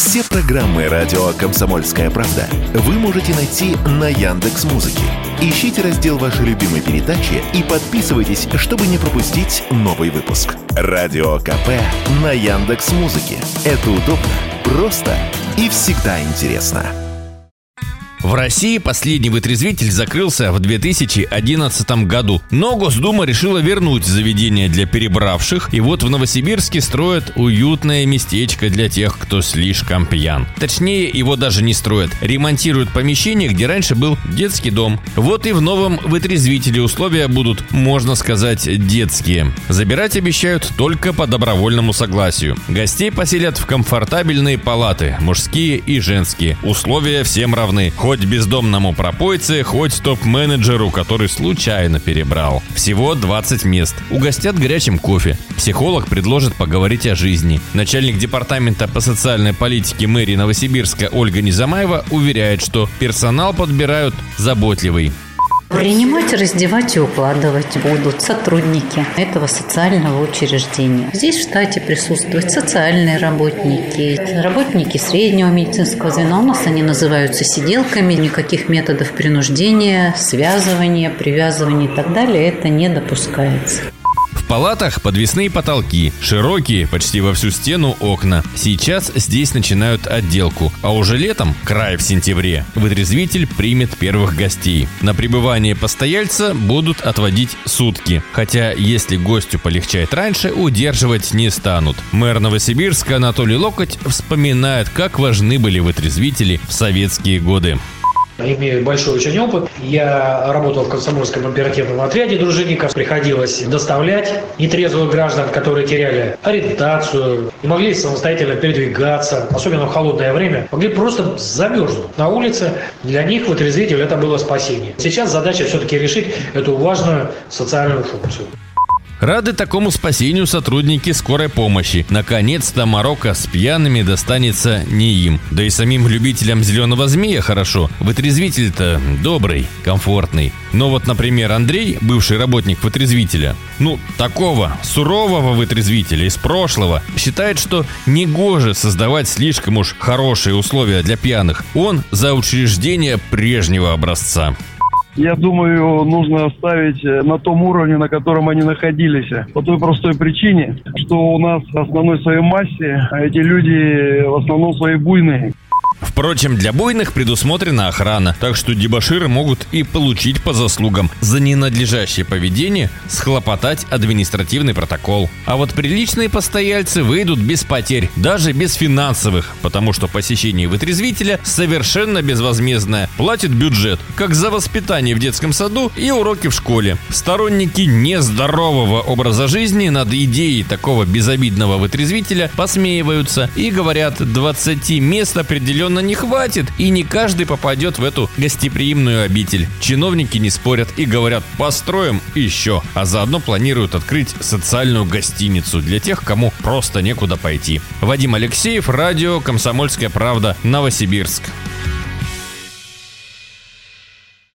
Все программы радио «Комсомольская правда» вы можете найти на Яндекс.Музыке. Ищите раздел вашей любимой передачи и подписывайтесь, чтобы не пропустить новый выпуск. Радио КП на Яндекс.Музыке. Это удобно, просто и всегда интересно. В России последний вытрезвитель закрылся в 2011 году, но Госдума решила вернуть заведение для перебравших, и вот в Новосибирске строят уютное местечко для тех, кто слишком пьян. Точнее, его даже не строят, ремонтируют помещение, где раньше был детский дом. Вот и в новом вытрезвителе условия будут, можно сказать, детские. Забирать обещают только по добровольному согласию. Гостей поселят в комфортабельные палаты, мужские и женские. Условия всем равны. Хоть бездомному пропойце, хоть топ-менеджеру, который случайно перебрал. Всего 20 мест. Угостят горячим кофе. Психолог предложит поговорить о жизни. Начальник департамента по социальной политике мэрии Новосибирска Ольга Незамаева уверяет, что персонал подбирают заботливый. Принимать, раздевать и укладывать будут сотрудники этого социального учреждения. Здесь в штате присутствуют социальные работники, работники среднего медицинского звена. У нас они называются сиделками. Никаких методов принуждения, связывания, привязывания и так далее это не допускается. В палатах подвесные потолки, широкие, почти во всю стену окна. Сейчас здесь начинают отделку, а уже летом, край в сентябре, вытрезвитель примет первых гостей. На пребывание постояльца будут отводить сутки, хотя если гостю полегчает раньше, удерживать не станут. Мэр Новосибирска Анатолий Локоть вспоминает, как важны были вытрезвители в советские годы. Имею большой очень опыт. Я работал в комсомольском оперативном отряде дружинников. Приходилось доставлять нетрезвых граждан, которые теряли ориентацию, не могли самостоятельно передвигаться, особенно в холодное время, могли просто замерзнуть на улице. Для них вытрезвитель это было спасение. Сейчас задача все-таки решить эту важную социальную функцию. Рады такому спасению сотрудники скорой помощи. Наконец-то Марокко с пьяными достанется не им. Да и самим любителям зеленого змея хорошо. Вытрезвитель-то добрый, комфортный. Но вот, например, Андрей, бывший работник вытрезвителя, такого сурового вытрезвителя из прошлого, считает, что негоже создавать слишком уж хорошие условия для пьяных. Он за учреждение прежнего образца. Я думаю, нужно оставить на том уровне, на котором они находились. По той простой причине, что у нас в основной своей массе эти люди в основном свои буйные. Впрочем, для буйных предусмотрена охрана, так что дебоширы могут и получить по заслугам. За ненадлежащее поведение схлопотать административный протокол. А вот приличные постояльцы выйдут без потерь, даже без финансовых, потому что посещение вытрезвителя совершенно безвозмездное. Платит бюджет, как за воспитание в детском саду и уроки в школе. Сторонники нездорового образа жизни над идеей такого безобидного вытрезвителя посмеиваются и говорят, 20 мест определенно не хватит, и не каждый попадет в эту гостеприимную обитель. Чиновники не спорят и говорят, построим еще, а заодно планируют открыть социальную гостиницу для тех, кому просто некуда пойти. Вадим Алексеев, радио «Комсомольская правда», Новосибирск.